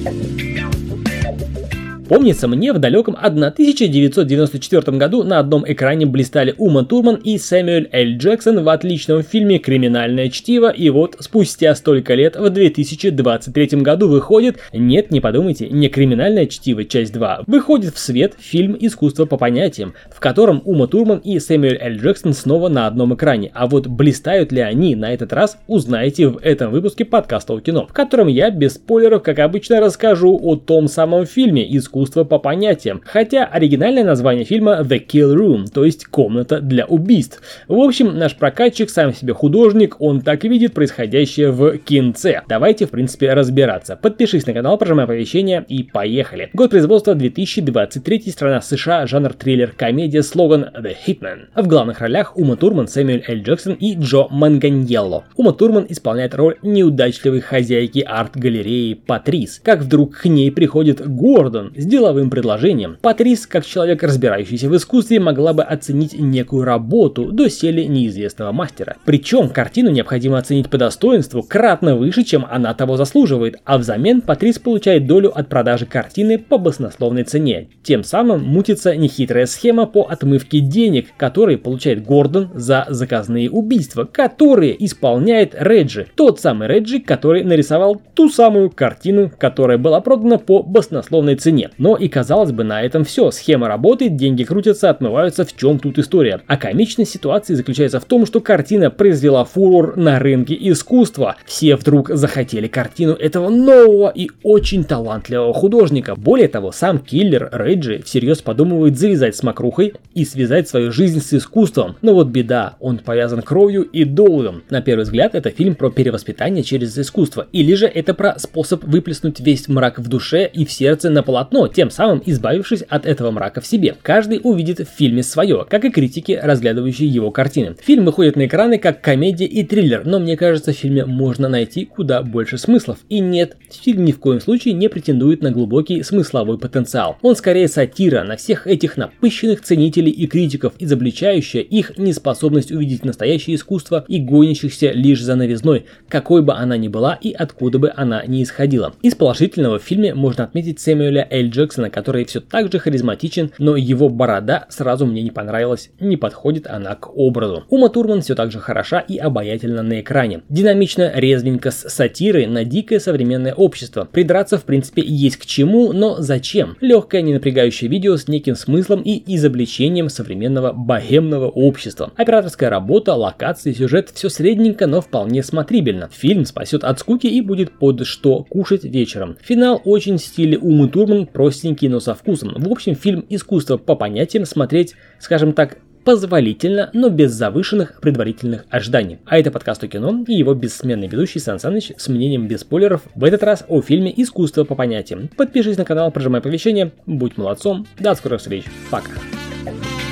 Помнится мне, в далеком 1994 году на одном экране блистали Ума Турман и Сэмюэль Л. Джексон в отличном фильме «Криминальное чтиво», и вот спустя столько лет, в 2023 году выходит, нет, не подумайте, не «Криминальное чтиво. Часть 2», выходит в свет фильм «Искусство по понятиям», в котором Ума Турман и Сэмюэль Л. Джексон снова на одном экране, а вот блистают ли они на этот раз, узнаете в этом выпуске подкаста о кино, в котором я без спойлеров, как обычно, расскажу о том самом фильме «Искусство по понятиям», хотя оригинальное название фильма The Kill Room, то есть комната для убийств. В общем, наш прокатчик сам себе художник, он так видит происходящее в кинце. Давайте, в принципе, разбираться. Подпишись на канал, прожимай оповещения и поехали. Год производства 2023, страна США, жанр триллер, комедия, слоган The Hitman. В главных ролях Ума Турман, Сэмюэль Л. Джексон и Джо Манганьелло. Ума Турман исполняет роль неудачливой хозяйки арт-галереи Патрис. Как вдруг к ней приходит Гордон с деловым предложением. Патрис, как человек, разбирающийся в искусстве, могла бы оценить некую работу доселе неизвестного мастера. Причем картину необходимо оценить по достоинству кратно выше, чем она того заслуживает, а взамен Патрис получает долю от продажи картины по баснословной цене. Тем самым мутится нехитрая схема по отмывке денег, которые получает Гордон за заказные убийства, которые исполняет Реджи. Тот самый Реджи, который нарисовал ту самую картину, которая была продана по баснословной цене. Но и казалось бы, на этом все. Схема работает, деньги крутятся, отмываются, в чем тут история. А комичность ситуации заключается в том, что картина произвела фурор на рынке искусства. Все вдруг захотели картину этого нового и очень талантливого художника. Более того, сам киллер Реджи всерьез подумывает завязать с мокрухой и связать свою жизнь с искусством. Но вот беда, он повязан кровью и долгом. На первый взгляд, это фильм про перевоспитание через искусство. Или же это про способ выплеснуть весь мрак в душе и в сердце на полотно, тем самым избавившись от этого мрака в себе. Каждый увидит в фильме свое, как и критики, разглядывающие его картины. Фильм выходит на экраны как комедия и триллер, но мне кажется, в фильме можно найти куда больше смыслов. И нет, фильм ни в коем случае не претендует на глубокий смысловой потенциал. Он скорее сатира на всех этих напыщенных ценителей и критиков, изобличающая их неспособность увидеть настоящее искусство и гонящихся лишь за новизной, какой бы она ни была и откуда бы она ни исходила. Из положительного в фильме можно отметить Сэмюэля Л. Джексона, который все так же харизматичен, но его борода сразу мне не понравилась, не подходит она к образу. Ума Турман все так же хороша и обаятельна на экране. Динамично, резвенько, с сатирой на дикое современное общество. Придраться, в принципе, есть к чему, но зачем? Легкое, ненапрягающее видео с неким смыслом и изобличением современного богемного общества. Операторская работа, локации, сюжет, все средненько, но вполне смотрибельно. Фильм спасет от скуки и будет под что кушать вечером. Финал очень в стиле Умы Турман, простенький, но со вкусом. В общем, фильм «Искусство по понятиям» смотреть, скажем так, позволительно, но без завышенных предварительных ожиданий. А это подкаст о кино и его бессменный ведущий Сан Саныч с мнением без спойлеров, в этот раз о фильме «Искусство по понятиям». Подпишись на канал, прожимай оповещения, будь молодцом, до скорых встреч, пока.